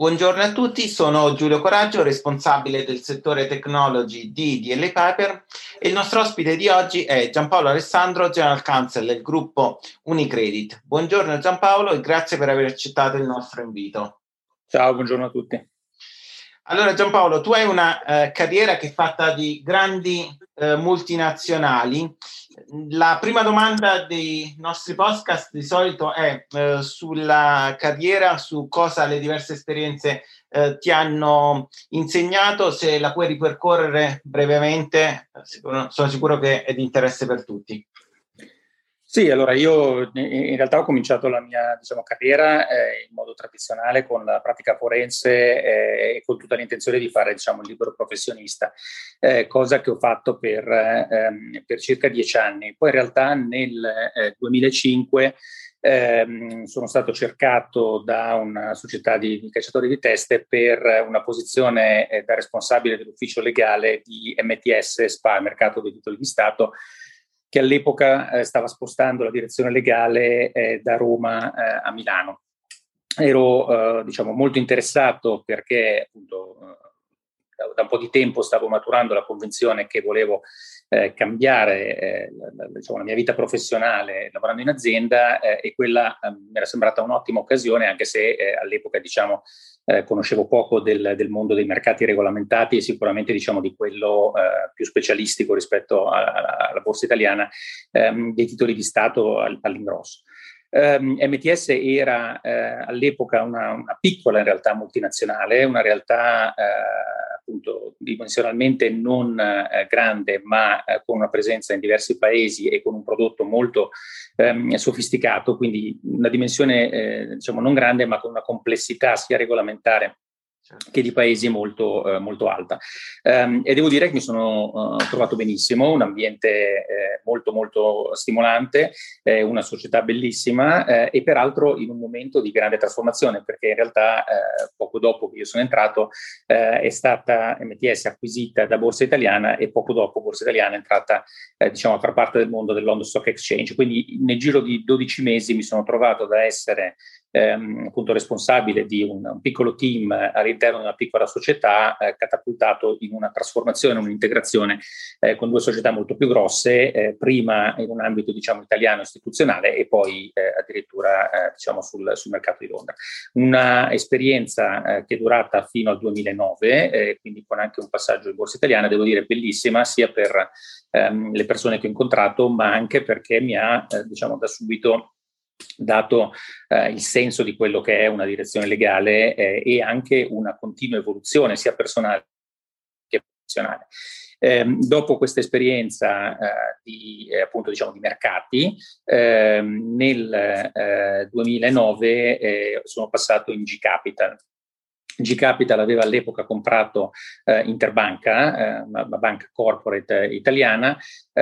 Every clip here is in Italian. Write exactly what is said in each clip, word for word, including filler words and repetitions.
Buongiorno a tutti, sono Giulio Coraggio, responsabile del settore technology di D L Paper e il nostro ospite di oggi è Giampaolo Alessandro, General Counsel del gruppo Unicredit. Buongiorno Giampaolo e grazie per aver accettato il nostro invito. Ciao, buongiorno a tutti. Allora Giampaolo, tu hai una eh, carriera che è fatta di grandi eh, multinazionali. La prima domanda dei nostri podcast di solito è eh, sulla carriera, su cosa le diverse esperienze eh, ti hanno insegnato. Se la puoi ripercorrere brevemente, sicuro, sono sicuro che è di interesse per tutti. Sì, allora io in realtà ho cominciato la mia diciamo, carriera eh, in modo tradizionale con la pratica forense eh, e con tutta l'intenzione di fare diciamo, il libero professionista, eh, cosa che ho fatto per, eh, per circa dieci anni. Poi in realtà nel eh, duemilacinque eh, sono stato cercato da una società di, di cacciatori di teste per una posizione eh, da responsabile dell'ufficio legale di M T S S P A, Mercato dei Titoli di Stato, che all'epoca eh, stava spostando la direzione legale eh, da Roma eh, a Milano. Ero eh, diciamo, molto interessato perché appunto eh, da un po' di tempo stavo maturando la convinzione che volevo eh, cambiare eh, la, diciamo, la mia vita professionale lavorando in azienda eh, e quella eh, mi era sembrata un'ottima occasione, anche se eh, all'epoca diciamo Eh, conoscevo poco del, del mondo dei mercati regolamentati e sicuramente diciamo di quello eh, più specialistico rispetto a, a, alla borsa italiana ehm, dei titoli di Stato all, all'ingrosso. Um, M T S era eh, all'epoca una, una piccola in realtà multinazionale, una realtà eh, appunto dimensionalmente non eh, grande ma eh, con una presenza in diversi paesi e con un prodotto molto ehm, sofisticato, quindi una dimensione eh, diciamo non grande ma con una complessità sia regolamentare che di paesi molto, eh, molto alta. Um, e devo dire che mi sono uh, trovato benissimo, un ambiente eh, molto molto stimolante, eh, una società bellissima eh, e peraltro in un momento di grande trasformazione, perché in realtà eh, poco dopo che io sono entrato eh, è stata M T S acquisita da Borsa Italiana e poco dopo Borsa Italiana è entrata eh, diciamo a far parte del mondo del London Stock Exchange. Quindi nel giro di dodici mesi mi sono trovato da essere Ehm, appunto responsabile di un, un piccolo team all'interno di una piccola società eh, catapultato in una trasformazione, un'integrazione eh, con due società molto più grosse, eh, prima in un ambito diciamo italiano istituzionale e poi eh, addirittura eh, diciamo sul, sul mercato di Londra. Una esperienza eh, che è durata fino al duemilanove, eh, quindi con anche un passaggio in borsa italiana, devo dire bellissima sia per ehm, le persone che ho incontrato ma anche perché mi ha eh, diciamo da subito dato eh, il senso di quello che è una direzione legale eh, e anche una continua evoluzione sia personale che professionale. Eh, dopo questa esperienza eh, di, eh, appunto, diciamo, di mercati, eh, nel eh, duemilanove eh, sono passato in G Capital. G Capital aveva all'epoca comprato eh, Interbanca, eh, una, una banca corporate italiana,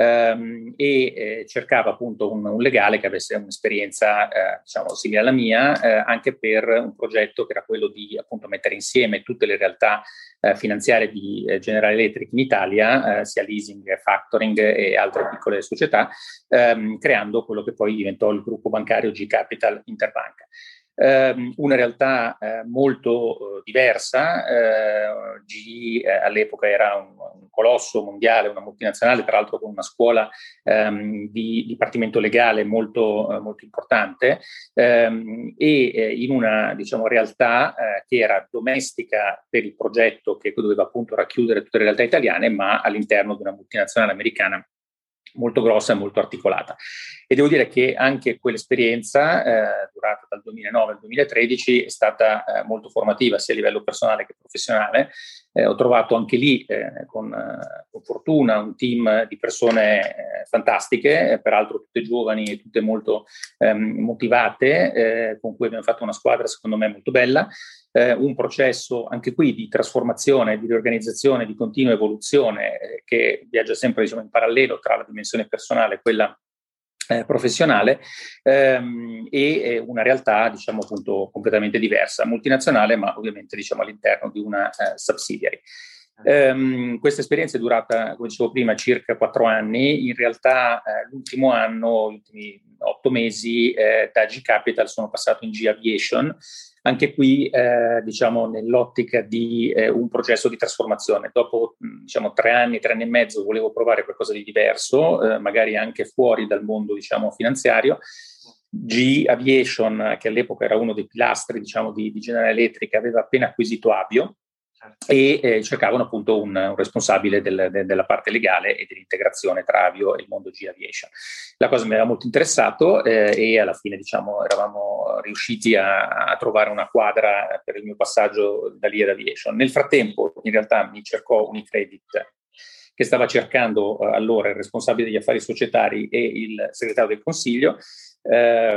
ehm, e eh, cercava appunto un, un legale che avesse un'esperienza eh, diciamo simile alla mia, eh, anche per un progetto che era quello di appunto mettere insieme tutte le realtà eh, finanziarie di eh, General Electric in Italia, eh, sia leasing, factoring e altre piccole società, ehm, creando quello che poi diventò il gruppo bancario G Capital Interbanca. Um, una realtà uh, molto uh, diversa. uh, G uh, all'epoca era un, un colosso mondiale, una multinazionale, tra l'altro con una scuola um, di dipartimento legale molto, uh, molto importante um, e uh, in una diciamo, realtà uh, che era domestica per il progetto che doveva appunto racchiudere tutte le realtà italiane, ma all'interno di una multinazionale americana molto grossa e molto articolata. E devo dire che anche quell'esperienza, eh, durata dal duemilanove al duemilatredici, è stata eh, molto formativa sia a livello personale che professionale. Eh, ho trovato anche lì, eh, con, eh, con fortuna, un team di persone eh, fantastiche, eh, peraltro tutte giovani e tutte molto ehm, motivate, eh, con cui abbiamo fatto una squadra secondo me molto bella. Eh, un processo anche qui di trasformazione, di riorganizzazione, di continua evoluzione eh, che viaggia sempre diciamo, in parallelo tra la dimensione personale e quella eh, professionale ehm, e eh, una realtà diciamo appunto completamente diversa, multinazionale ma ovviamente diciamo all'interno di una eh, subsidiary. Um, questa esperienza è durata, come dicevo prima, circa quattro anni. In realtà eh, l'ultimo anno, gli ultimi otto mesi, eh, da G Capital sono passato in G Aviation, anche qui eh, diciamo nell'ottica di eh, un processo di trasformazione. Dopo diciamo tre anni, tre anni e mezzo volevo provare qualcosa di diverso, eh, magari anche fuori dal mondo diciamo finanziario. G Aviation, che all'epoca era uno dei pilastri diciamo di, di General Electric, aveva appena acquisito Avio e eh, cercavano appunto un, un responsabile del, de, della parte legale e dell'integrazione tra Avio e il mondo G Aviation. La cosa mi aveva molto interessato eh, e alla fine diciamo eravamo riusciti a, a trovare una quadra per il mio passaggio da lì ad Aviation. Nel frattempo in realtà mi cercò Unicredit, che stava cercando eh, allora il responsabile degli affari societari e il segretario del consiglio. Eh,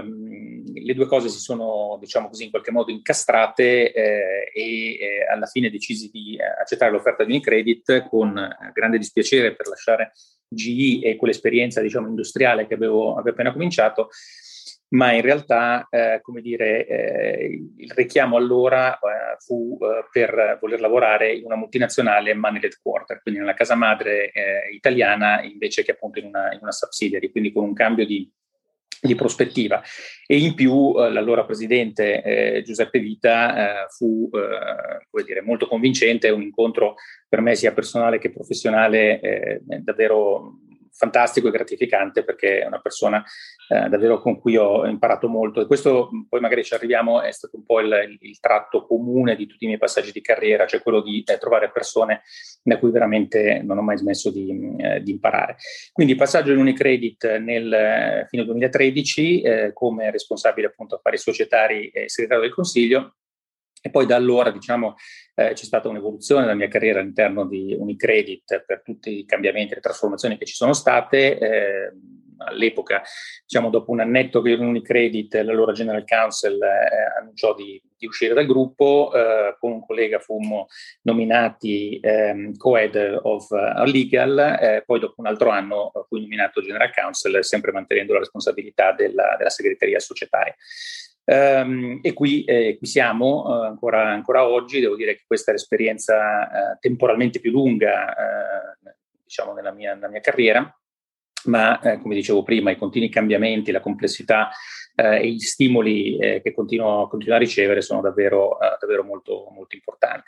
le due cose si sono, diciamo così, in qualche modo incastrate eh, e eh, alla fine decisi di accettare l'offerta di Unicredit con eh, grande dispiacere per lasciare G E e quell'esperienza, diciamo, industriale che avevo, avevo appena cominciato, ma in realtà, eh, come dire, eh, il richiamo allora eh, fu eh, per voler lavorare in una multinazionale ma nell'headquarter, quindi nella casa madre eh, italiana invece che appunto in una, in una subsidiary, quindi con un cambio di di prospettiva. E in più eh, l'allora presidente eh, Giuseppe Vita eh, fu eh, come dire, molto convincente, un incontro per me sia personale che professionale eh, davvero fantastico e gratificante, perché è una persona eh, davvero con cui ho imparato molto, e questo poi magari ci arriviamo, è stato un po' il, il, il tratto comune di tutti i miei passaggi di carriera, cioè quello di eh, trovare persone da cui veramente non ho mai smesso di, eh, di imparare. Quindi passaggio in Unicredit nel eh, fine duemilatredici eh, come responsabile appunto affari societari e segretario del consiglio. E poi da allora, diciamo, eh, c'è stata un'evoluzione della mia carriera all'interno di Unicredit per tutti i cambiamenti e le trasformazioni che ci sono state. Eh, all'epoca, diciamo, dopo un annetto che ero in Unicredit, l'allora General Counsel eh, annunciò di, di uscire dal gruppo. Eh, con un collega fummo nominati eh, co-head of uh, legal, eh, poi dopo un altro anno fui nominato General Counsel, sempre mantenendo la responsabilità della, della segreteria societaria. Um, e qui, eh, qui siamo uh, ancora, ancora oggi. Devo dire che questa è l'esperienza uh, temporalmente più lunga uh, diciamo nella mia, nella mia carriera, ma eh, come dicevo prima, i continui cambiamenti, la complessità eh, e gli stimoli eh, che continuo, continuo a ricevere sono davvero, eh, davvero molto, molto importanti.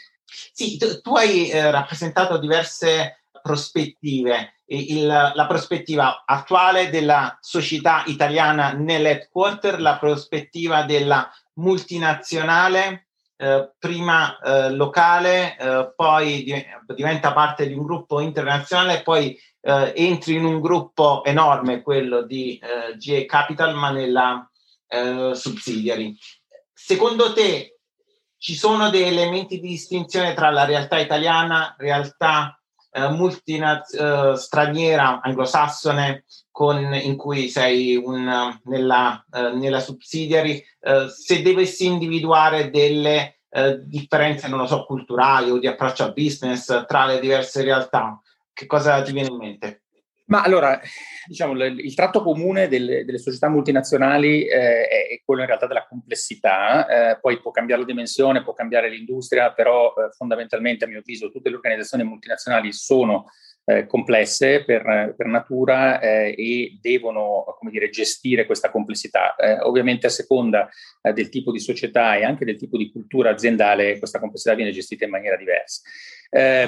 Sì, tu, tu hai eh, rappresentato diverse prospettive. Il, la prospettiva attuale della società italiana nell'headquarter, la prospettiva della multinazionale, eh, prima eh, locale, eh, poi di, diventa parte di un gruppo internazionale, poi eh, entri in un gruppo enorme, quello di eh, G A Capital, ma nella eh, subsidiary. Secondo te ci sono dei elementi di distinzione tra la realtà italiana, realtà Uh, multinaz- uh, straniera, anglosassone, con, in cui sei un, uh, nella, uh, nella subsidiary, uh, se dovessi individuare delle uh, differenze, non lo so, culturali o di approccio al business tra le diverse realtà, che cosa ti viene in mente? Ma allora, diciamo, il, il tratto comune delle, delle società multinazionali eh, è, è quello in realtà della complessità. Eh, poi può cambiare la dimensione, può cambiare l'industria, però eh, fondamentalmente, a mio avviso, tutte le organizzazioni multinazionali sono eh, complesse per, per natura eh, e devono, come dire, gestire questa complessità. Eh, ovviamente a seconda eh, del tipo di società e anche del tipo di cultura aziendale, questa complessità viene gestita in maniera diversa. Eh,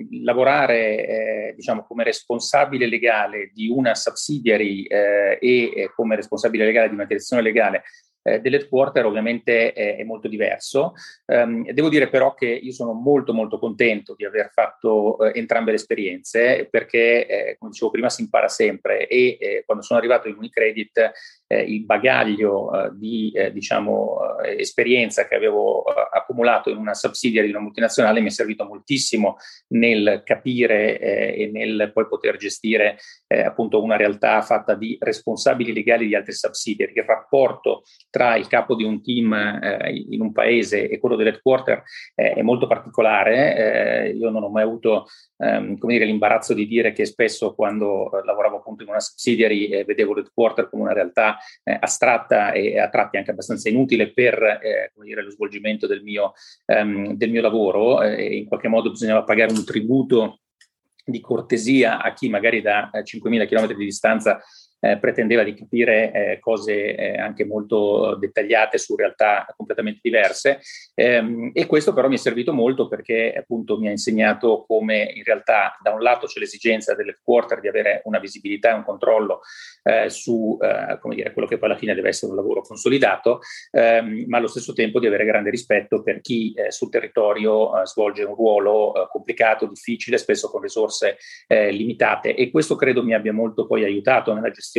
lavorare eh, diciamo come responsabile legale di una subsidiary eh, e eh, come responsabile legale di una direzione legale eh, dell'headquarter ovviamente è, è molto diverso. Um, devo dire però che io sono molto molto contento di aver fatto eh, entrambe le esperienze, perché eh, come dicevo prima si impara sempre, e eh, quando sono arrivato in Unicredit eh, il bagaglio eh, di eh, diciamo eh, esperienza che avevo eh, accumulato in una subsidiary di una multinazionale mi è servito moltissimo nel capire eh, e nel poi poter gestire eh, appunto una realtà fatta di responsabili legali di altre subsidiary. Il rapporto tra il capo di un team eh, in un paese e quello dell'headquarter eh, è molto particolare. Eh, io non ho mai avuto ehm, come dire, l'imbarazzo di dire che spesso quando eh, lavoravo appunto in una subsidiary eh, vedevo l'headquarter come una realtà eh, astratta e a tratti anche abbastanza inutile per eh, come dire, lo svolgimento del mio, um, del mio lavoro, eh, e in qualche modo bisognava pagare un tributo di cortesia a chi magari da eh, cinquemila chilometri di distanza Eh, pretendeva di capire eh, cose eh, anche molto dettagliate su realtà completamente diverse, ehm, e questo però mi è servito molto perché appunto mi ha insegnato come in realtà da un lato c'è l'esigenza dell'headquarter di avere una visibilità e un controllo eh, su eh, come dire, quello che poi alla fine deve essere un lavoro consolidato, ehm, ma allo stesso tempo di avere grande rispetto per chi eh, sul territorio eh, svolge un ruolo eh, complicato, difficile, spesso con risorse eh, limitate, e questo credo mi abbia molto poi aiutato nella gestione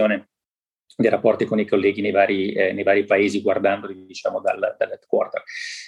dei rapporti con i colleghi nei vari, eh, nei vari paesi, guardandoli diciamo dal, dall'headquarter.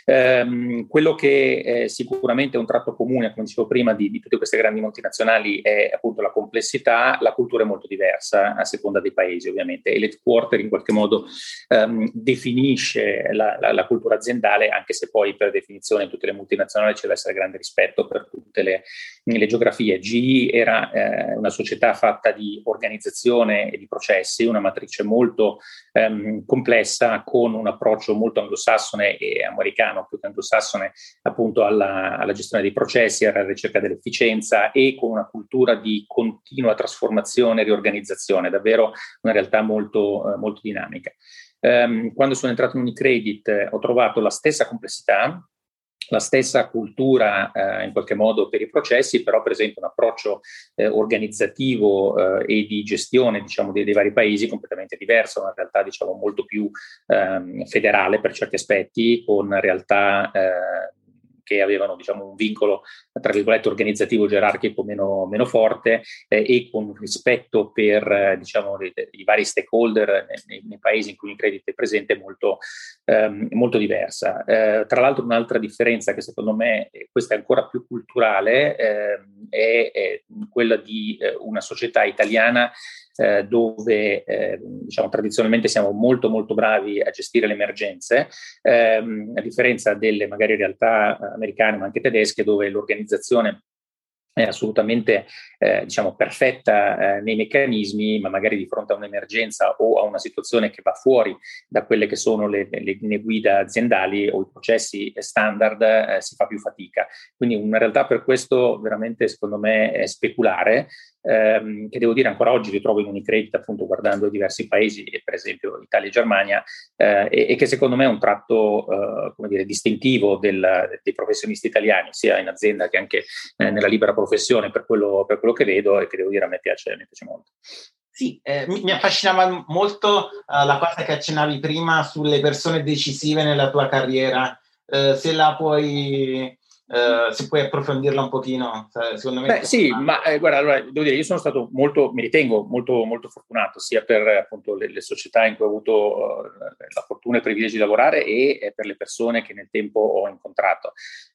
Ehm, quello che eh, sicuramente è un tratto comune, come dicevo prima, di, di tutte queste grandi multinazionali è appunto la complessità. La cultura è molto diversa a seconda dei paesi ovviamente, e l'headquarter in qualche modo ehm, definisce la, la, la cultura aziendale, anche se poi per definizione in tutte le multinazionali ci deve essere grande rispetto per tutte le, le geografie. G E era eh, una società fatta di organizzazione e di processi, una matrice molto ehm, complessa, con un approccio molto anglosassone e americano più che anglosassone appunto alla, alla gestione dei processi, alla ricerca dell'efficienza, e con una cultura di continua trasformazione e riorganizzazione, davvero una realtà molto, eh, molto dinamica. Um, quando sono entrato in Unicredit eh, ho trovato la stessa complessità, la stessa cultura eh, in qualche modo per i processi, però per esempio un approccio eh, organizzativo eh, e di gestione diciamo dei, dei vari paesi completamente diverso, una realtà diciamo molto più ehm, federale per certi aspetti, con realtà eh, che avevano diciamo un vincolo tra virgolette organizzativo gerarchico meno, meno forte, eh, e con rispetto per eh, diciamo i, i vari stakeholder nei, nei paesi in cui il credito è presente molto, ehm, molto diversa. Eh, tra l'altro un'altra differenza che secondo me eh, questa è ancora più culturale eh, è, è quella di eh, una società italiana Eh, dove eh, diciamo tradizionalmente siamo molto molto bravi a gestire le emergenze, ehm, a differenza delle magari realtà americane ma anche tedesche, dove l'organizzazione è assolutamente eh, diciamo perfetta eh, nei meccanismi, ma magari di fronte a un'emergenza o a una situazione che va fuori da quelle che sono le, le linee guida aziendali o i processi standard, eh, si fa più fatica. Quindi una realtà per questo veramente secondo me è speculare, ehm, che devo dire ancora oggi ritrovo in Unicredit, appunto guardando diversi paesi, per esempio Italia e Germania, eh, e, e che secondo me è un tratto eh, come dire, distintivo del, dei professionisti italiani, sia in azienda che anche eh, nella libera professione, per quello, per quello che vedo, e che devo dire a me piace, mi piace molto. Sì, eh, mi, mi affascinava molto uh, la cosa che accennavi prima sulle persone decisive nella tua carriera. Uh, se la puoi, uh, se puoi approfondirla un pochino, secondo me. Beh, sì, ma eh, guarda, allora, devo dire, io sono stato molto, mi ritengo molto, molto fortunato, sia per appunto le, le società in cui ho avuto uh, la fortuna e il privilegio di lavorare, e, e per le persone che nel tempo ho incontrato.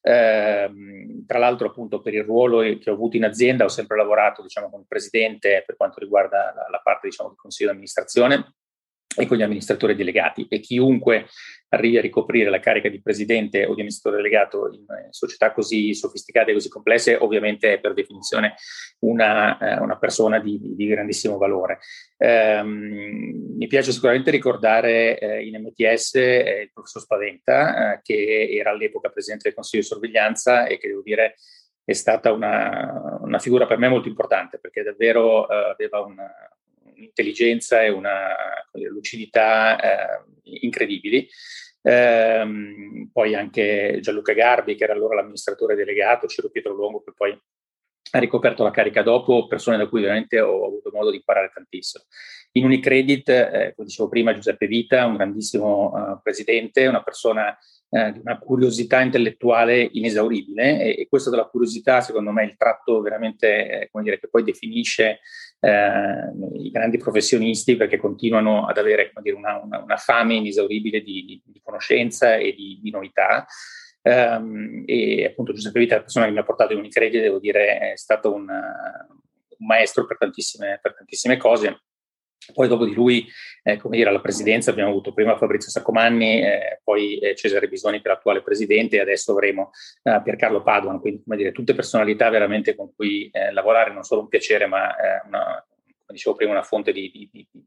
Eh, tra l'altro, appunto, per il ruolo che ho avuto in azienda, ho sempre lavorato, diciamo, con il presidente per quanto riguarda la, la parte, diciamo, del consiglio di amministrazione, e con gli amministratori delegati, e chiunque arrivi a ricoprire la carica di presidente o di amministratore delegato in società così sofisticate e così complesse ovviamente è per definizione una, eh, una persona di, di grandissimo valore. Um, mi piace sicuramente ricordare eh, in M T S eh, il professor Spaventa, eh, che era all'epoca presidente del Consiglio di sorveglianza, e che devo dire è stata una, una figura per me molto importante, perché davvero eh, aveva una un'intelligenza e una lucidità eh, incredibili. Eh, poi anche Gianluca Garbi, che era allora l'amministratore delegato, Ciro Pietro Longo, che poi ha ricoperto la carica dopo, persone da cui veramente ho avuto modo di imparare tantissimo. In Unicredit, eh, come dicevo prima, Giuseppe Vita, un grandissimo uh, presidente, una persona eh, di una curiosità intellettuale inesauribile, e, e questo della curiosità secondo me è il tratto veramente, eh, come dire, che poi definisce eh, i grandi professionisti, perché continuano ad avere, come dire, una, una, una fame inesauribile di, di, di conoscenza e di, di novità. Um, e appunto Giuseppe Vita è la persona che mi ha portato in Unicredit, devo dire è stato un, un maestro per tantissime, per tantissime cose. Poi dopo di lui, eh, come dire, alla presidenza abbiamo avuto prima Fabrizio Saccomanni, eh, poi eh, Cesare Bisoni, che è l'attuale presidente, e adesso avremo eh, Piercarlo Padoan, quindi come dire, tutte personalità veramente con cui eh, lavorare non solo un piacere, ma eh, una, come dicevo prima, una fonte di, di, di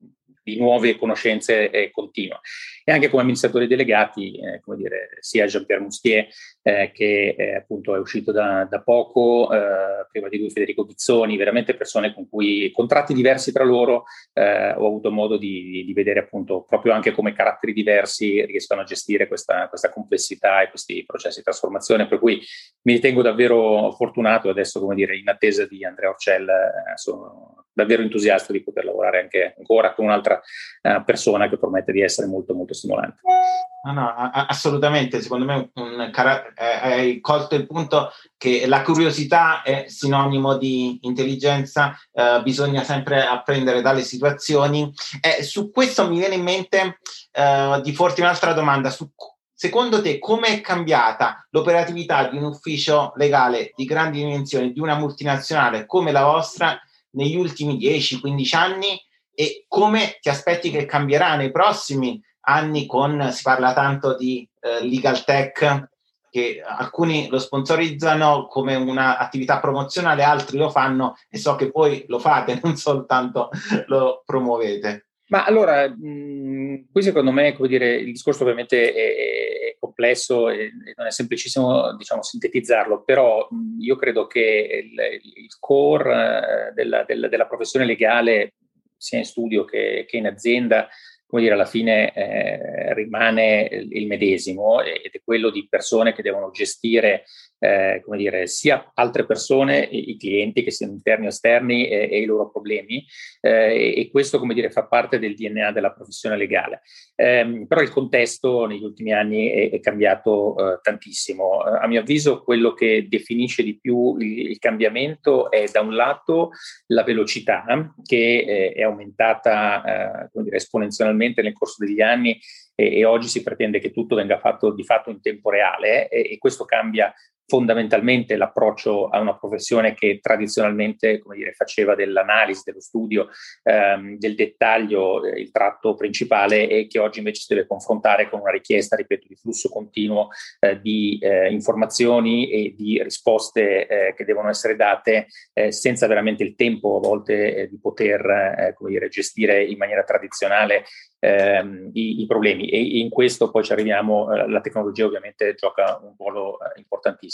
di nuove conoscenze eh, continua. E anche come amministratori delegati, eh, come dire, sia Jean-Pierre Mustier, eh, che eh, appunto è uscito da, da poco, eh, prima di lui Federico Ghizzoni, veramente persone con cui, contratti diversi tra loro, eh, ho avuto modo di, di vedere appunto proprio anche come caratteri diversi riescono a gestire questa, questa complessità e questi processi di trasformazione, per cui mi ritengo davvero fortunato. Adesso, come dire, in attesa di Andrea Orcel, eh, sono davvero entusiasta di poter lavorare anche ancora con un'altra uh, persona che promette di essere molto molto stimolante. No, no, a- assolutamente, secondo me un cara- eh, hai colto il punto che la curiosità è sinonimo di intelligenza, eh, bisogna sempre apprendere dalle situazioni. Eh, su questo mi viene in mente eh, di porti un'altra domanda. Su, secondo te come è cambiata l'operatività di un ufficio legale di grandi dimensioni, di una multinazionale come la vostra, negli ultimi dieci quindici anni, e come ti aspetti che cambierà nei prossimi anni? Con, si parla tanto di eh, legal tech, che alcuni lo sponsorizzano come un'attività promozionale, altri lo fanno, e so che voi lo fate, non soltanto lo promuovete. Ma allora, mh, qui secondo me, come dire, il discorso ovviamente è, è complesso e, e non è semplicissimo, diciamo, sintetizzarlo, però mh, io credo che il, il core eh, della, della, della professione legale, sia in studio che, che in azienda, come dire, alla fine eh, rimane il medesimo, ed è quello di persone che devono gestire eh, come dire, sia altre persone, i, i clienti, che siano interni o esterni, e, e i loro problemi, eh, e questo, come dire, fa parte del D N A della professione legale. Eh, però il contesto negli ultimi anni è, è cambiato eh, tantissimo. A mio avviso quello che definisce di più il, il cambiamento è, da un lato, la velocità, che eh, è aumentata eh, come dire, esponenzialmente nel corso degli anni, e, e oggi si pretende che tutto venga fatto di fatto in tempo reale, e, e questo cambia fondamentalmente l'approccio a una professione che tradizionalmente, come dire, faceva dell'analisi, dello studio, ehm, del dettaglio eh, il tratto principale, e che oggi invece si deve confrontare con una richiesta, ripeto, di flusso continuo eh, di eh, informazioni e di risposte eh, che devono essere date eh, senza veramente il tempo a volte eh, di poter eh, come dire, gestire in maniera tradizionale ehm, i, i problemi. E in questo poi ci arriviamo, eh, la tecnologia ovviamente gioca un ruolo eh, importantissimo.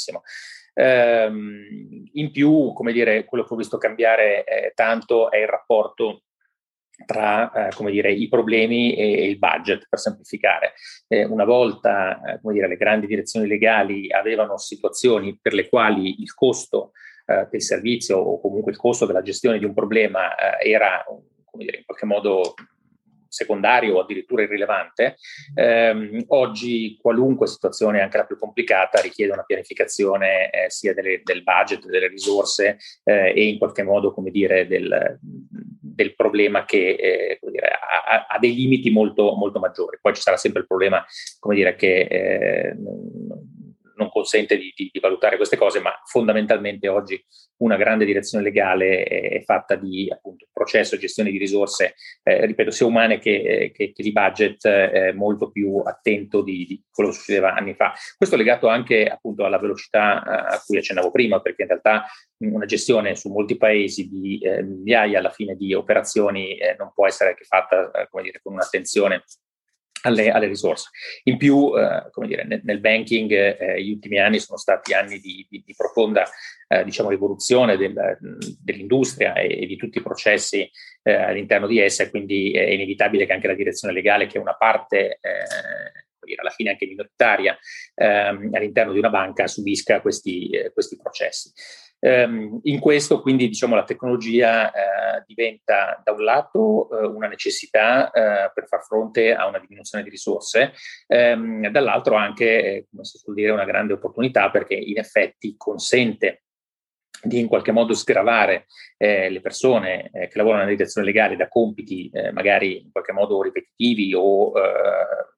Um, in più, come dire, quello che ho visto cambiare eh, tanto è il rapporto tra eh, come dire, i problemi e, e il budget, per semplificare. Eh, una volta eh, come dire, le grandi direzioni legali avevano situazioni per le quali il costo eh, del servizio, o comunque il costo della gestione di un problema eh, era, come dire, in qualche modo secondario o addirittura irrilevante. Eh, oggi qualunque situazione, anche la più complicata, richiede una pianificazione eh, sia delle, del budget, delle risorse eh, e in qualche modo, come dire, del, del problema che eh, come dire, ha, ha dei limiti molto, molto maggiori. Poi ci sarà sempre il problema, come dire, che eh, non consente di, di, di valutare queste cose, ma fondamentalmente oggi una grande direzione legale è, è fatta di, appunto, processo e gestione di risorse, eh, ripeto, sia umane che, che, che di budget, eh, molto più attento di, di quello che succedeva anni fa. Questo è legato anche, appunto, alla velocità a cui accennavo prima, perché in realtà una gestione su molti paesi di eh, migliaia alla fine di operazioni eh, non può essere che fatta eh, come dire, con un'attenzione Alle, alle risorse. In più, eh, come dire, nel, nel banking eh, gli ultimi anni sono stati anni di, di, di profonda eh, diciamo, rivoluzione del, dell'industria e, e di tutti i processi eh, all'interno di essa, quindi è inevitabile che anche la direzione legale, che è una parte eh, alla fine anche minoritaria ehm, all'interno di una banca, subisca questi, eh, questi processi. Um, in questo, quindi, diciamo, la tecnologia uh, diventa da un lato uh, una necessità uh, per far fronte a una diminuzione di risorse, um, dall'altro anche, eh, come si suol dire, una grande opportunità, perché in effetti consente di in qualche modo sgravare eh, le persone eh, che lavorano nella direzione legale da compiti eh, magari in qualche modo ripetitivi o eh,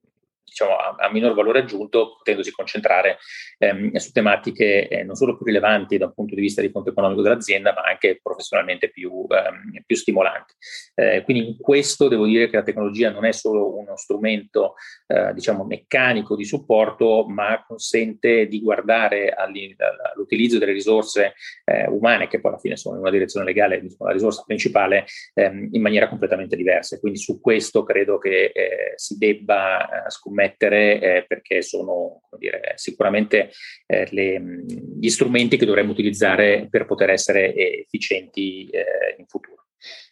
diciamo, a, a minor valore aggiunto, potendosi concentrare ehm, su tematiche eh, non solo più rilevanti da un punto di vista di conto economico dell'azienda, ma anche professionalmente più, ehm, più stimolanti. Eh, quindi in questo devo dire che la tecnologia non è solo uno strumento eh, diciamo meccanico di supporto, ma consente di guardare all'utilizzo delle risorse eh, umane, che poi alla fine sono in una direzione legale, diciamo, la risorsa principale, ehm, in maniera completamente diversa. Quindi su questo credo che eh, si debba eh, scommettere eh, perché sono, come dire, sicuramente eh, le, gli strumenti che dovremmo utilizzare per poter essere efficienti eh, in futuro.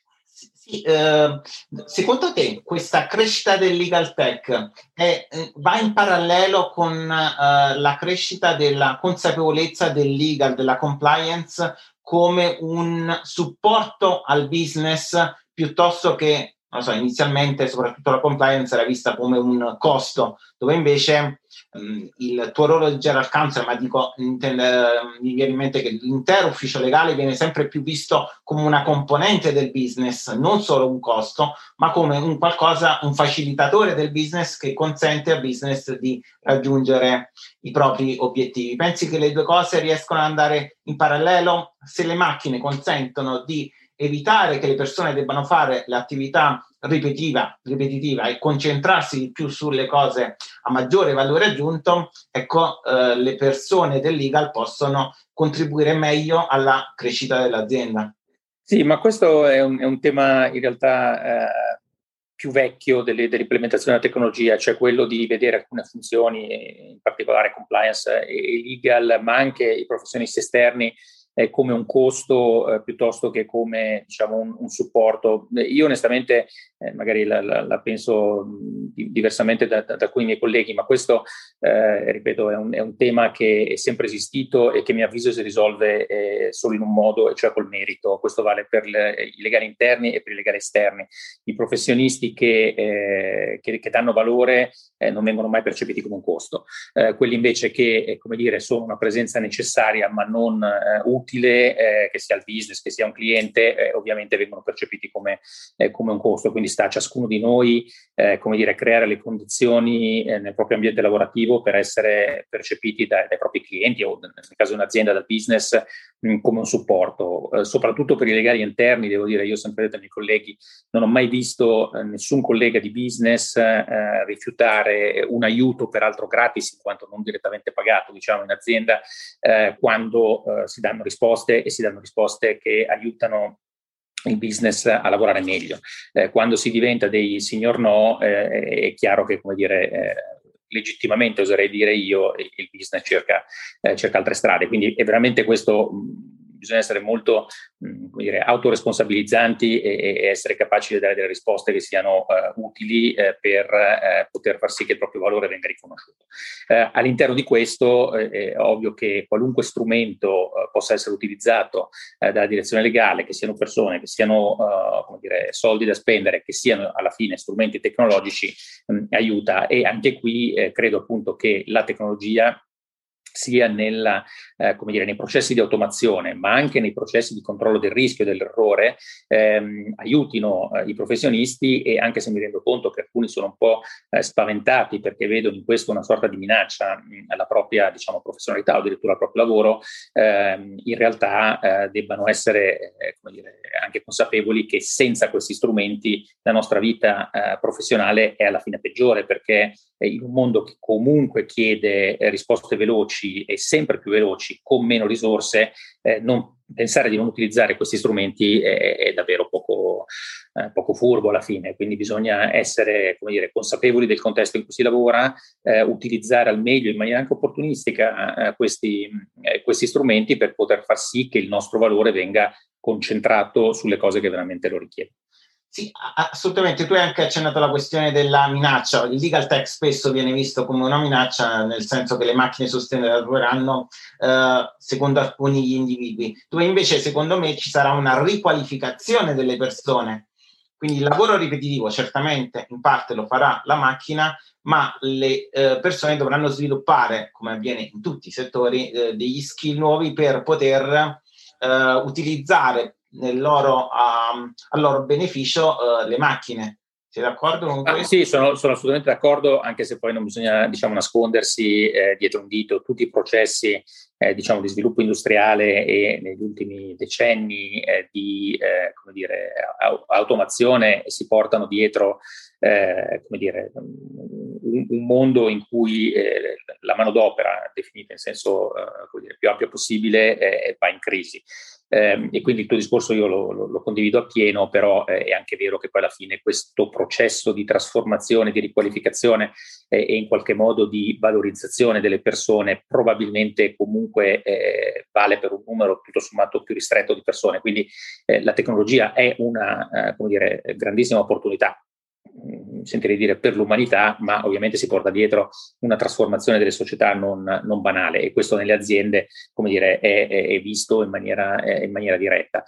Sì, eh, secondo te questa crescita del legal tech è, va in parallelo con eh, la crescita della consapevolezza del legal, della compliance come un supporto al business piuttosto che, non so, inizialmente soprattutto la compliance era vista come un costo, dove invece um, il tuo ruolo di general counsel, ma dico, intende, uh, mi viene in mente che l'intero ufficio legale viene sempre più visto come una componente del business, non solo un costo, ma come un qualcosa, un facilitatore del business che consente al business di raggiungere i propri obiettivi. Pensi che le due cose riescono ad andare in parallelo? Se le macchine consentono di evitare che le persone debbano fare l'attività ripetitiva, ripetitiva e concentrarsi di più sulle cose a maggiore valore aggiunto, ecco, eh, le persone del legal possono contribuire meglio alla crescita dell'azienda. Sì, ma questo è un, è un tema in realtà eh, più vecchio delle, dell'implementazione della tecnologia, cioè quello di vedere alcune funzioni, in particolare compliance e legal, ma anche i professionisti esterni eh, come un costo eh, piuttosto che come, diciamo, un, un supporto. Io onestamente eh, magari la, la, la penso mh, diversamente da, da, da alcuni miei colleghi, ma questo, eh, ripeto, è un, è un tema che è sempre esistito e che a mio avviso si risolve eh, solo in un modo, e cioè col merito. Questo vale per le, i legali interni e per i legali esterni. I professionisti che, eh, che, che danno valore eh, non vengono mai percepiti come un costo. Eh, quelli invece che, eh, come dire, sono una presenza necessaria ma non eh, utile, eh, che sia il business, che sia un cliente, eh, ovviamente vengono percepiti come, eh, come un costo. Quindi sta a ciascuno di noi, eh, come dire, creare le condizioni eh, nel proprio ambiente lavorativo per essere percepiti dai, dai propri clienti o, nel caso di un'azienda, dal business, mh, come un supporto. Eh, soprattutto per i legali interni, devo dire, io ho sempre detto ai miei colleghi, non ho mai visto eh, nessun collega di business eh, rifiutare un aiuto, peraltro gratis, in quanto non direttamente pagato, diciamo, in azienda, eh, quando eh, si danno risposte e si danno risposte che aiutano il business a lavorare meglio. Eh, quando si diventa dei signor no, eh, è chiaro che, come dire, eh, legittimamente oserei dire io, il business cerca, eh, cerca altre strade. Quindi è veramente questo, mh, bisogna essere molto mh, come dire, autoresponsabilizzanti e, e essere capaci di dare delle risposte che siano uh, utili eh, per eh, poter far sì che il proprio valore venga riconosciuto. Eh, all'interno di questo eh, è ovvio che qualunque strumento eh, possa essere utilizzato eh, dalla direzione legale, che siano persone, che siano uh, come dire, soldi da spendere, che siano alla fine strumenti tecnologici, mh, aiuta. E anche qui eh, credo appunto che la tecnologia sia nella, eh, come dire, nei processi di automazione, ma anche nei processi di controllo del rischio e dell'errore, ehm, aiutino eh, i professionisti. E anche se mi rendo conto che alcuni sono un po' eh, spaventati perché vedono in questo una sorta di minaccia mh, alla propria, diciamo, professionalità o addirittura al proprio lavoro, ehm, in realtà eh, debbano essere eh, come dire, anche consapevoli che senza questi strumenti la nostra vita eh, professionale è alla fine peggiore, perché eh, in un mondo che comunque chiede eh, risposte veloci e sempre più veloci con meno risorse, eh, non, pensare di non utilizzare questi strumenti è, è davvero poco, eh, poco furbo alla fine. Quindi bisogna essere, come dire, consapevoli del contesto in cui si lavora, eh, utilizzare al meglio, in maniera anche opportunistica, eh, questi, eh, questi strumenti per poter far sì che il nostro valore venga concentrato sulle cose che veramente lo richiedono. Sì, assolutamente. Tu hai anche accennato alla questione della minaccia. Il legal tech spesso viene visto come una minaccia, nel senso che le macchine sostituiranno eh, secondo alcuni gli individui, dove invece secondo me ci sarà una riqualificazione delle persone. Quindi il lavoro ripetitivo certamente in parte lo farà la macchina, ma le eh, persone dovranno sviluppare, come avviene in tutti i settori, eh, degli skill nuovi per poter eh, utilizzare nel loro, um, a loro beneficio uh, le macchine, Sei d'accordo con ah, questo? Sì, sono, sono assolutamente d'accordo, anche se poi non bisogna, diciamo, nascondersi eh, dietro un dito. Tutti i processi eh, diciamo, di sviluppo industriale e negli ultimi decenni eh, di eh, come dire, au- automazione si portano dietro eh, come dire, un, un mondo in cui eh, la manodopera, definita in senso eh, come dire, più ampio possibile, eh, va in crisi. Eh, e quindi il tuo discorso io lo, lo, lo condivido appieno, però eh, è anche vero che poi alla fine questo processo di trasformazione, di riqualificazione eh, e in qualche modo di valorizzazione delle persone probabilmente comunque eh, vale per un numero tutto sommato più ristretto di persone, quindi eh, la tecnologia è una eh, come dire, grandissima opportunità, sentirei dire, per l'umanità, ma ovviamente si porta dietro una trasformazione delle società non, non banale, e questo nelle aziende, come dire, è, è visto in maniera, in maniera diretta.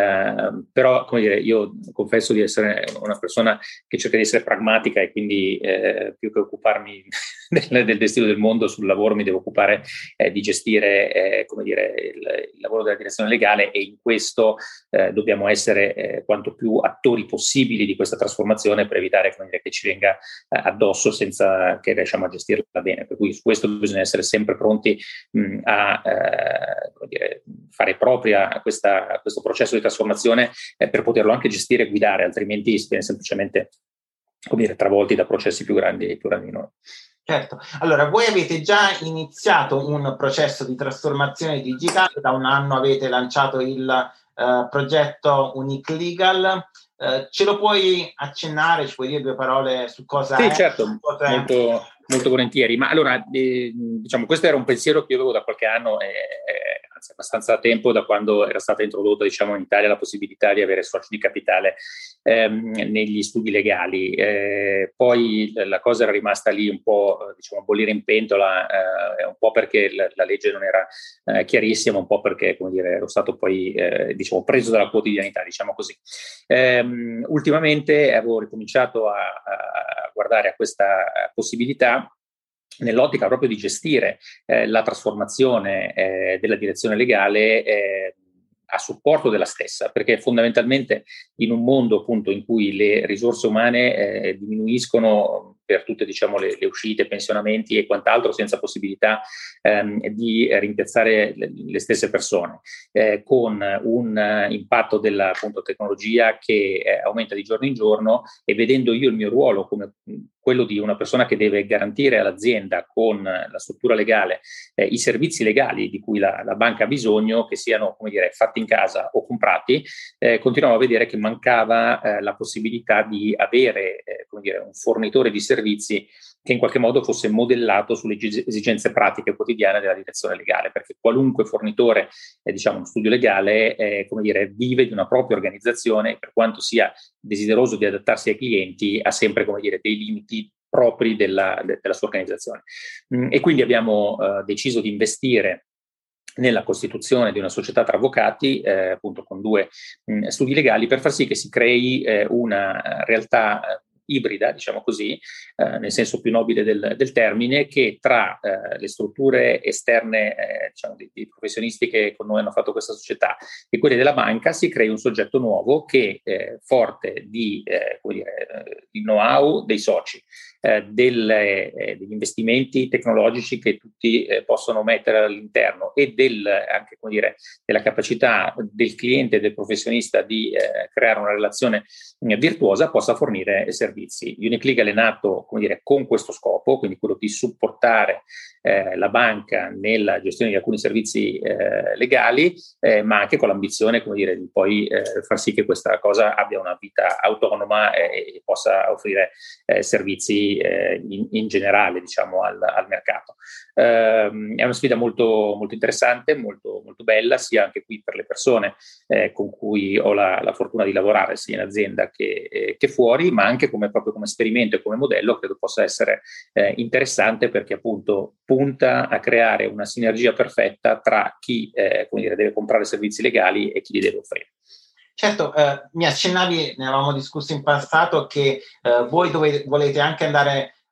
Eh, però, come dire, io confesso di essere una persona che cerca di essere pragmatica, e quindi eh, più che occuparmi del, del destino del mondo sul lavoro mi devo occupare eh, di gestire eh, come dire, il, il lavoro della direzione legale, e in questo eh, dobbiamo essere eh, quanto più attori possibili di questa trasformazione per evitare, come dire, che ci venga eh, addosso senza che riusciamo a gestirla bene. Per cui su questo bisogna essere sempre pronti mh, a eh, come dire, fare propria questa, questo processo di trasformazione eh, per poterlo anche gestire e guidare, altrimenti si viene semplicemente, come dire, travolti da processi più grandi, più grandi di noi. Certo, allora voi avete già iniziato un processo di trasformazione digitale, da un anno avete lanciato il uh, progetto Unique Legal, uh, ce lo puoi accennare, ci puoi dire due parole su cosa sì, è? Sì, certo, cosa molto, molto volentieri, ma allora eh, diciamo questo era un pensiero che io avevo da qualche anno, eh, anzi abbastanza tempo, da quando era stata introdotta, diciamo, in Italia la possibilità di avere soci di capitale ehm, negli studi legali. Eh, poi la cosa era rimasta lì un po', diciamo, a bollire in pentola, eh, un po' perché la, la legge non era eh, chiarissima, un po' perché, come dire, ero stato poi eh, diciamo, preso dalla quotidianità, diciamo così. Eh, ultimamente avevo ricominciato a, a guardare a questa possibilità nell'ottica proprio di gestire eh, la trasformazione eh, della direzione legale eh, a supporto della stessa, perché fondamentalmente in un mondo appunto in cui le risorse umane eh, diminuiscono per tutte, diciamo, le, le uscite, pensionamenti e quant'altro, senza possibilità ehm, di rimpiazzare le, le stesse persone, eh, con un uh, impatto della appunto, tecnologia che eh, aumenta di giorno in giorno, e vedendo io il mio ruolo come quello di una persona che deve garantire all'azienda con la struttura legale eh, i servizi legali di cui la, la banca ha bisogno, che siano, come dire, fatti in casa o comprati, eh, continuavo a vedere che mancava eh, la possibilità di avere eh, come dire, un fornitore di servizi che in qualche modo fosse modellato sulle esigenze pratiche quotidiane della direzione legale, perché qualunque fornitore, eh, diciamo, uno studio legale, eh, come dire, vive di una propria organizzazione, e per quanto sia desideroso di adattarsi ai clienti, ha sempre, come dire, dei limiti propri della, de, della sua organizzazione. Mm, e quindi abbiamo eh, deciso di investire nella costituzione di una società tra avvocati, eh, appunto con due mh, studi legali, per far sì che si crei eh, una realtà eh, ibrida, diciamo così, eh, nel senso più nobile del, del termine, che tra eh, le strutture esterne, eh, diciamo, di, di professionisti che con noi hanno fatto questa società e quelle della banca, si crei un soggetto nuovo che, eh, forte di, eh, come dire, il know-how dei soci, eh, delle, eh, degli investimenti tecnologici che tutti eh, possono mettere all'interno, e del, anche, come dire, della capacità del cliente e del professionista di eh, creare una relazione eh, virtuosa, possa fornire servizi. Unique Legal è nato, come dire, con questo scopo, quindi quello di supportare eh, la banca nella gestione di alcuni servizi eh, legali, eh, ma anche con l'ambizione, come dire, di poi eh, far sì che questa cosa abbia una vita autonoma eh, e possa offrire eh, servizi eh, in, in generale, diciamo, al, al mercato. Eh, è una sfida molto, molto interessante, molto, molto bella, sia anche qui per le persone eh, con cui ho la, la fortuna di lavorare, sia in azienda che, eh, che fuori, ma anche come, proprio come esperimento e come modello credo possa essere eh, interessante, perché appunto punta a creare una sinergia perfetta tra chi eh, come dire, deve comprare servizi legali e chi li deve offrire. Certo, eh, mi accennavi, ne avevamo discusso in passato, che eh, voi dove, volete anche andare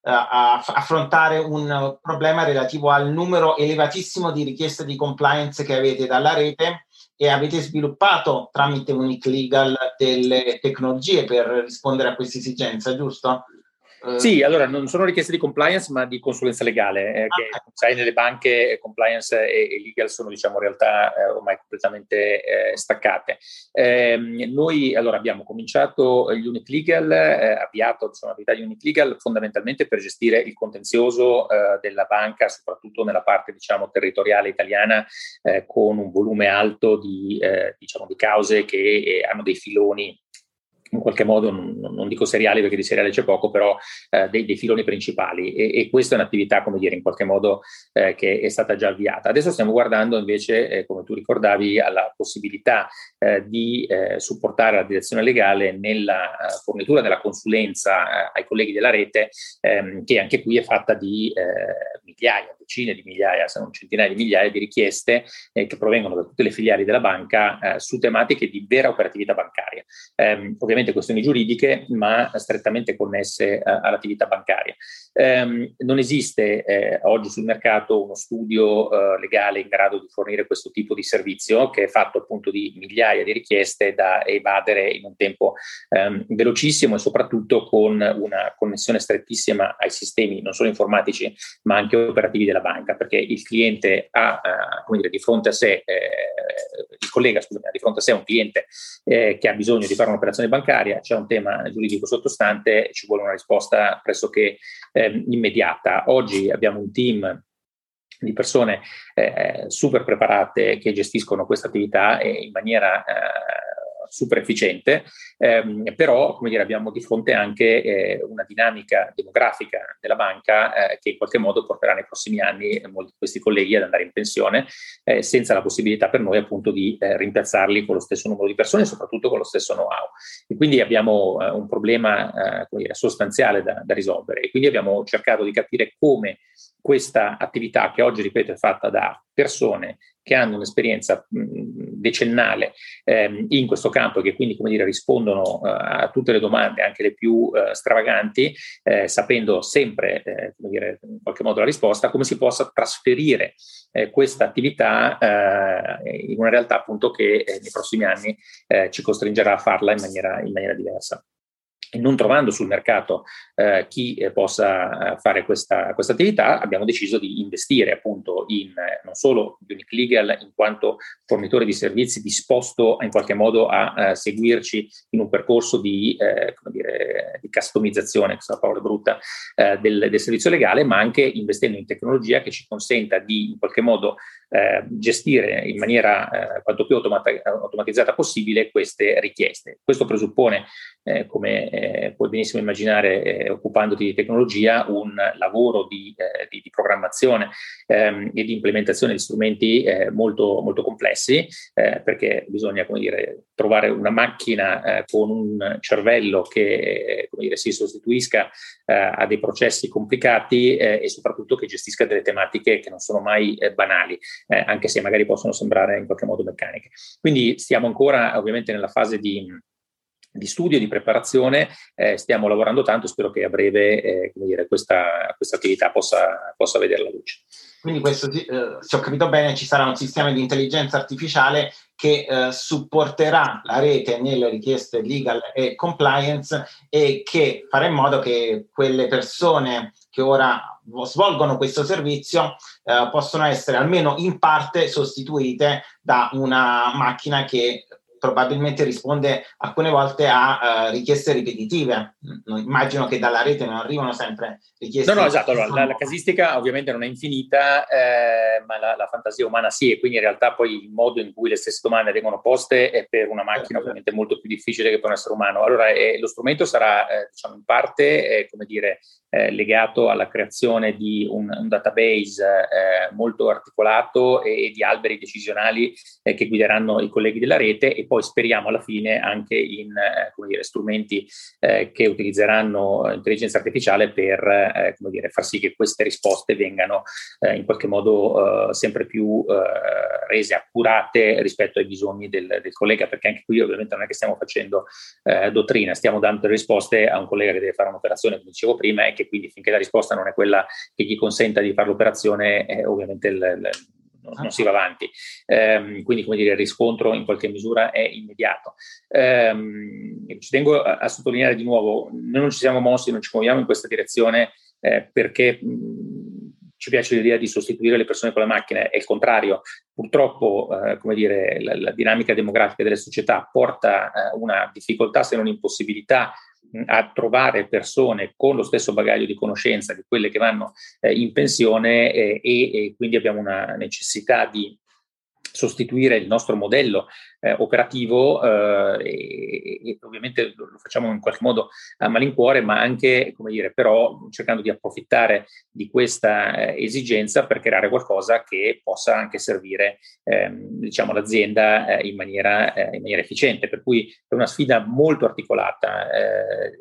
a affrontare un problema relativo al numero elevatissimo di richieste di compliance che avete dalla rete, e avete sviluppato tramite Unique Legal delle tecnologie per rispondere a questa esigenza, giusto? Sì, allora non sono richieste di compliance ma di consulenza legale, eh, che okay. sai nelle banche compliance e, e legal sono diciamo realtà eh, ormai completamente eh, staccate. Eh, noi allora abbiamo cominciato gli Unique Legal, eh, avviato diciamo, l'attività di Unique Legal fondamentalmente per gestire il contenzioso eh, della banca, soprattutto nella parte diciamo territoriale italiana, eh, con un volume alto di, eh, diciamo, di cause che eh, hanno dei filoni in qualche modo, non, non dico seriali perché di seriale c'è poco, però eh, dei, dei filoni principali e, e questa è un'attività, come dire, in qualche modo eh, che è stata già avviata. Adesso stiamo guardando invece, eh, come tu ricordavi, alla possibilità eh, di eh, supportare la direzione legale nella uh, fornitura della consulenza eh, ai colleghi della rete, ehm, che anche qui è fatta di eh, migliaia, decine di migliaia, se non centinaia di migliaia di richieste eh, che provengono da tutte le filiali della banca eh, su tematiche di vera operatività bancaria. Eh, ovviamente questioni giuridiche, ma strettamente connesse eh, all'attività bancaria. Eh, non esiste eh, oggi sul mercato uno studio eh, legale in grado di fornire questo tipo di servizio, che è fatto appunto di migliaia di richieste da evadere in un tempo eh, velocissimo e soprattutto con una connessione strettissima ai sistemi non solo informatici ma anche operativi della banca, perché il cliente ha, eh, come dire, di fronte a sé, eh, il collega scusami, ha di fronte a sé un cliente eh, che ha bisogno di fare un'operazione bancaria, c'è un tema giuridico sottostante, ci vuole una risposta pressoché eh, immediata. Oggi abbiamo un team di persone eh, super preparate che gestiscono questa attività in maniera eh, super efficiente, ehm, però come dire, abbiamo di fronte anche eh, una dinamica demografica della banca eh, che in qualche modo porterà nei prossimi anni molti di questi colleghi ad andare in pensione eh, senza la possibilità per noi appunto di eh, rimpiazzarli con lo stesso numero di persone e soprattutto con lo stesso know-how. E quindi abbiamo eh, un problema eh, come dire, sostanziale da, da risolvere e quindi abbiamo cercato di capire come questa attività, che oggi, ripeto, è fatta da persone che hanno un'esperienza mh, decennale ehm, in questo campo e che quindi, come dire, rispondono uh, a tutte le domande, anche le più uh, stravaganti, eh, sapendo sempre, eh, come dire, in qualche modo la risposta, come si possa trasferire eh, questa attività eh, in una realtà appunto che eh, nei prossimi anni eh, ci costringerà a farla in maniera, in maniera diversa. E non trovando sul mercato eh, chi eh, possa eh, fare questa, questa attività, abbiamo deciso di investire appunto in eh, non solo Unique Legal in quanto fornitore di servizi disposto in qualche modo a eh, seguirci in un percorso di, eh, come dire, di customizzazione, questa è una parola brutta, eh, del, del servizio legale, ma anche investendo in tecnologia che ci consenta di in qualche modo eh, gestire in maniera eh, quanto più automata- automatizzata possibile queste richieste. Questo presuppone, eh, come eh, puoi benissimo immaginare, eh, occupandoti di tecnologia, un lavoro di, eh, di, di programmazione ehm, e di implementazione di strumenti eh, molto, molto complessi, eh, perché bisogna, come dire, trovare una macchina eh, con un cervello che, come dire, si sostituisca eh, a dei processi complicati eh, e soprattutto che gestisca delle tematiche che non sono mai eh, banali, eh, anche se magari possono sembrare in qualche modo meccaniche. Quindi stiamo ancora ovviamente nella fase di di studio, di preparazione, eh, stiamo lavorando tanto, spero che a breve eh, come dire, questa, questa attività possa, possa vedere la luce. Quindi questo, eh, se ho capito bene, ci sarà un sistema di intelligenza artificiale che eh, supporterà la rete nelle richieste legal e compliance e che farà in modo che quelle persone che ora svolgono questo servizio eh, possono essere almeno in parte sostituite da una macchina che probabilmente risponde alcune volte a uh, richieste ripetitive. Non, immagino che dalla rete non arrivano sempre richieste. No, no, esatto. Allora, la, la casistica ovviamente non è infinita, eh, ma la, la fantasia umana sì, e quindi in realtà poi il modo in cui le stesse domande vengono poste è per una macchina ovviamente molto più difficile che per un essere umano. Allora, eh, lo strumento sarà, eh, diciamo, in parte, eh, come dire, eh, legato alla creazione di un, un database eh, molto articolato e di alberi decisionali eh, che guideranno i colleghi della rete, e poi poi speriamo alla fine anche in eh, come dire, strumenti eh, che utilizzeranno intelligenza artificiale per eh, come dire, far sì che queste risposte vengano eh, in qualche modo eh, sempre più eh, rese accurate rispetto ai bisogni del, del collega, perché anche qui ovviamente non è che stiamo facendo eh, dottrina, stiamo dando risposte a un collega che deve fare un'operazione, come dicevo prima, e che quindi finché la risposta non è quella che gli consenta di fare l'operazione, eh, ovviamente il, il, non si va avanti. Um, quindi, come dire, il riscontro in qualche misura è immediato. Um, ci tengo a, a sottolineare di nuovo, noi non ci siamo mossi, non ci muoviamo in questa direzione eh, perché mh, ci piace l'idea di sostituire le persone con le macchine, è il contrario. Purtroppo, eh, come dire, la, la dinamica demografica delle società porta eh, una difficoltà, se non impossibilità, a trovare persone con lo stesso bagaglio di conoscenza di quelle che vanno eh, in pensione eh, e, e quindi abbiamo una necessità di sostituire il nostro modello eh, operativo eh, e, e ovviamente lo, lo facciamo in qualche modo a malincuore, ma anche, come dire, però cercando di approfittare di questa eh, esigenza per creare qualcosa che possa anche servire ehm, diciamo l'azienda eh, in maniera, eh, in maniera efficiente, per cui è una sfida molto articolata eh,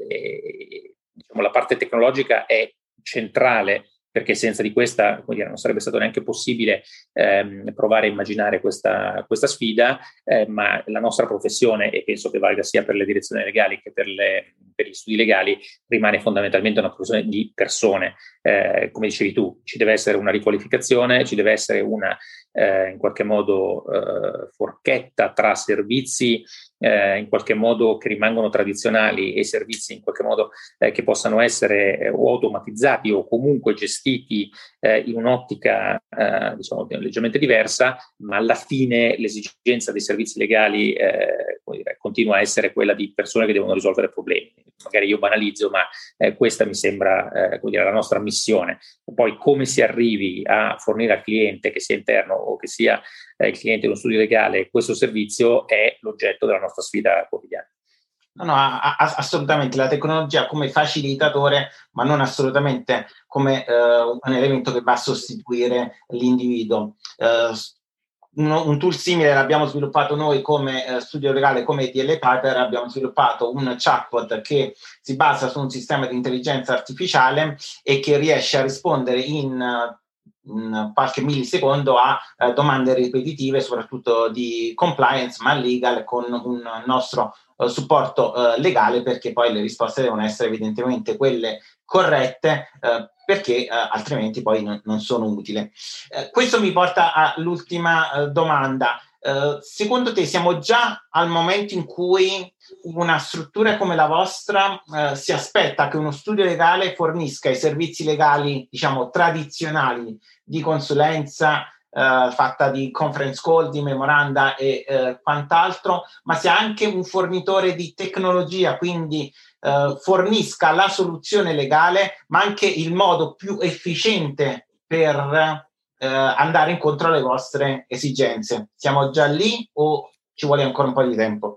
e, diciamo, la parte tecnologica è centrale, perché senza di questa, come dire, non sarebbe stato neanche possibile ehm, provare a immaginare questa, questa sfida, eh, ma la nostra professione, e penso che valga sia per le direzioni legali che per, le, per gli studi legali, rimane fondamentalmente una professione di persone. Eh, come dicevi tu, ci deve essere una riqualificazione, ci deve essere una, eh, in qualche modo, eh, forchetta tra servizi eh, in qualche modo che rimangono tradizionali e servizi in qualche modo eh, che possano essere eh, o automatizzati o comunque gestiti eh, in un'ottica eh, diciamo leggermente diversa, ma alla fine l'esigenza dei servizi legali eh, come dire, continua a essere quella di persone che devono risolvere problemi. Magari io banalizzo, ma eh, questa mi sembra eh, come dire, la nostra missione. Poi come si arrivi a fornire al cliente, che sia interno o che sia eh, il cliente di uno studio legale, questo servizio è l'oggetto della nostra sfida quotidiana. No, no, a, a, assolutamente la tecnologia come facilitatore, ma non assolutamente come eh, un elemento che va a sostituire l'individuo. Eh, un, un tool simile l'abbiamo sviluppato noi come eh, studio legale, come D L Piper, abbiamo sviluppato un chatbot che si basa su un sistema di intelligenza artificiale e che riesce a rispondere in in qualche millisecondo a eh, domande ripetitive, soprattutto di compliance, ma legal, con un nostro eh, supporto eh, legale, perché poi le risposte devono essere evidentemente quelle corrette, eh, perché eh, altrimenti poi non, non sono utili. Eh, questo mi porta all'ultima eh, domanda. Uh, secondo te siamo già al momento in cui una struttura come la vostra uh, si aspetta che uno studio legale fornisca i servizi legali, diciamo, tradizionali di consulenza uh, fatta di conference call, di memoranda e uh, quant'altro, ma sia anche un fornitore di tecnologia, quindi uh, fornisca la soluzione legale, ma anche il modo più efficiente per Eh, andare incontro alle vostre esigenze? Siamo già lì o ci vuole ancora un po' di tempo?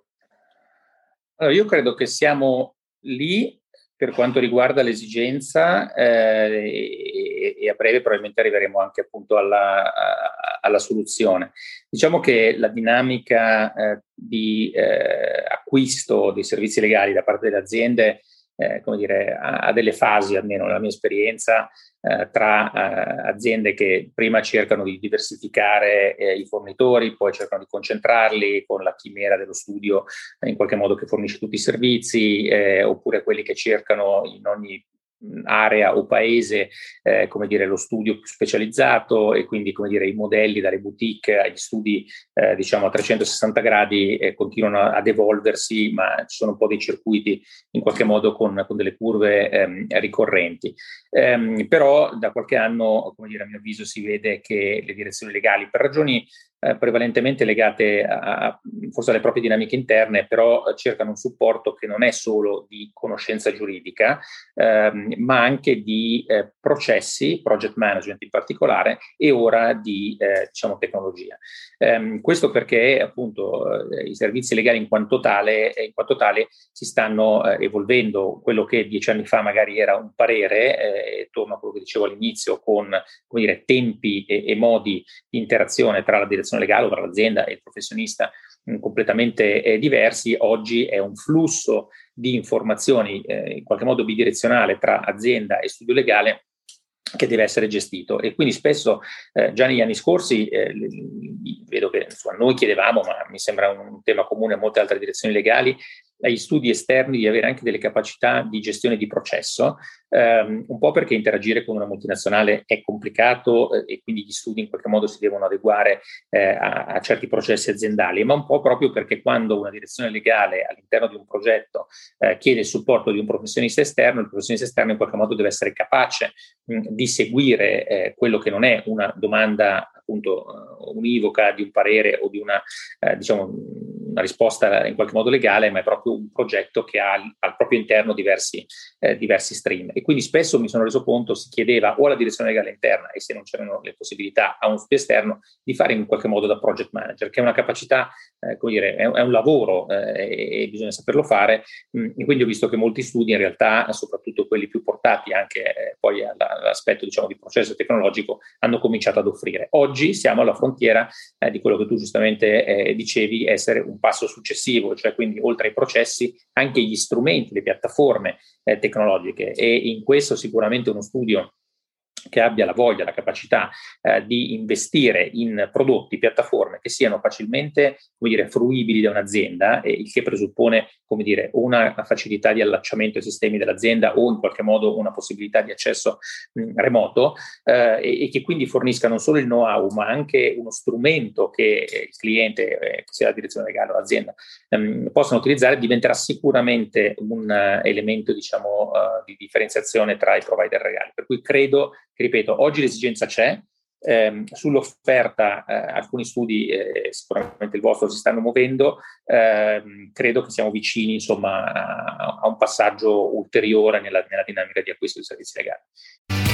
Allora, io credo che siamo lì per quanto riguarda l'esigenza eh, e, e a breve probabilmente arriveremo anche appunto alla, a, alla soluzione. Diciamo che la dinamica eh, di eh, acquisto dei servizi legali da parte delle aziende Eh, come dire, ha, ha delle fasi, almeno nella mia esperienza, eh, tra eh, aziende che prima cercano di diversificare eh, i fornitori, poi cercano di concentrarli con la chimera dello studio eh, in qualche modo che fornisce tutti i servizi, eh, oppure quelli che cercano in ogni area o paese eh, come dire lo studio più specializzato e quindi come dire i modelli dalle boutique agli studi eh, diciamo a trecentosessanta gradi eh, continuano ad evolversi, ma ci sono un po' dei circuiti in qualche modo con, con delle curve ehm, ricorrenti. Ehm, però da qualche anno, come dire, a mio avviso si vede che le direzioni legali, per ragioni Eh, prevalentemente legate a, forse alle proprie dinamiche interne, però cercano un supporto che non è solo di conoscenza giuridica, ehm, ma anche di eh, processi, project management in particolare, e ora di eh, diciamo tecnologia. Ehm, questo perché appunto eh, i servizi legali in quanto tale, in quanto tale si stanno eh, evolvendo. Quello che dieci anni fa magari era un parere, eh, torno a quello che dicevo all'inizio, con come dire, tempi e, e modi di interazione tra la direzione direzione legale o tra l'azienda e il professionista mh, completamente eh, diversi. Oggi è un flusso di informazioni eh, in qualche modo bidirezionale tra azienda e studio legale che deve essere gestito, e quindi spesso eh, già negli anni scorsi eh, vedo che insomma, noi chiedevamo, ma mi sembra un tema comune a molte altre direzioni legali, agli studi esterni di avere anche delle capacità di gestione di processo, ehm, un po' perché interagire con una multinazionale è complicato eh, e quindi gli studi in qualche modo si devono adeguare eh, a, a certi processi aziendali, ma un po' proprio perché quando una direzione legale all'interno di un progetto eh, chiede il supporto di un professionista esterno, il professionista esterno in qualche modo deve essere capace mh, di seguire eh, quello che non è una domanda appunto uh, univoca di un parere o di una, eh, diciamo, una risposta in qualche modo legale, ma è proprio un progetto che ha al, al proprio interno diversi, eh, diversi stream. E quindi spesso mi sono reso conto, si chiedeva o alla direzione legale interna, e se non c'erano le possibilità a uno studio esterno, di fare in qualche modo da project manager, che è una capacità, eh, come dire, è, è un lavoro eh, e bisogna saperlo fare. Mm, e quindi ho visto che molti studi in realtà, soprattutto quelli più portati anche eh, poi all'aspetto diciamo di processo tecnologico, hanno cominciato ad offrire. Oggi siamo alla frontiera eh, di quello che tu giustamente eh, dicevi essere un passo successivo, cioè quindi oltre ai processi anche gli strumenti, le piattaforme eh, tecnologiche, e in questo sicuramente uno studio che abbia la voglia, la capacità eh, di investire in prodotti, piattaforme che siano facilmente, come dire, fruibili da un'azienda, e il che presuppone, come dire, una facilità di allacciamento ai sistemi dell'azienda o in qualche modo una possibilità di accesso mh, remoto eh, e, e che quindi fornisca non solo il know-how ma anche uno strumento che eh, il cliente, eh, sia la direzione legale o l'azienda, ehm, possano utilizzare, diventerà sicuramente un uh, elemento, diciamo, uh, di differenziazione tra i provider legali. Per cui credo, ripeto, oggi l'esigenza c'è, ehm, sull'offerta eh, alcuni studi, eh, sicuramente il vostro, si stanno muovendo, ehm, credo che siamo vicini insomma a, a un passaggio ulteriore nella, nella dinamica di acquisto di servizi legali.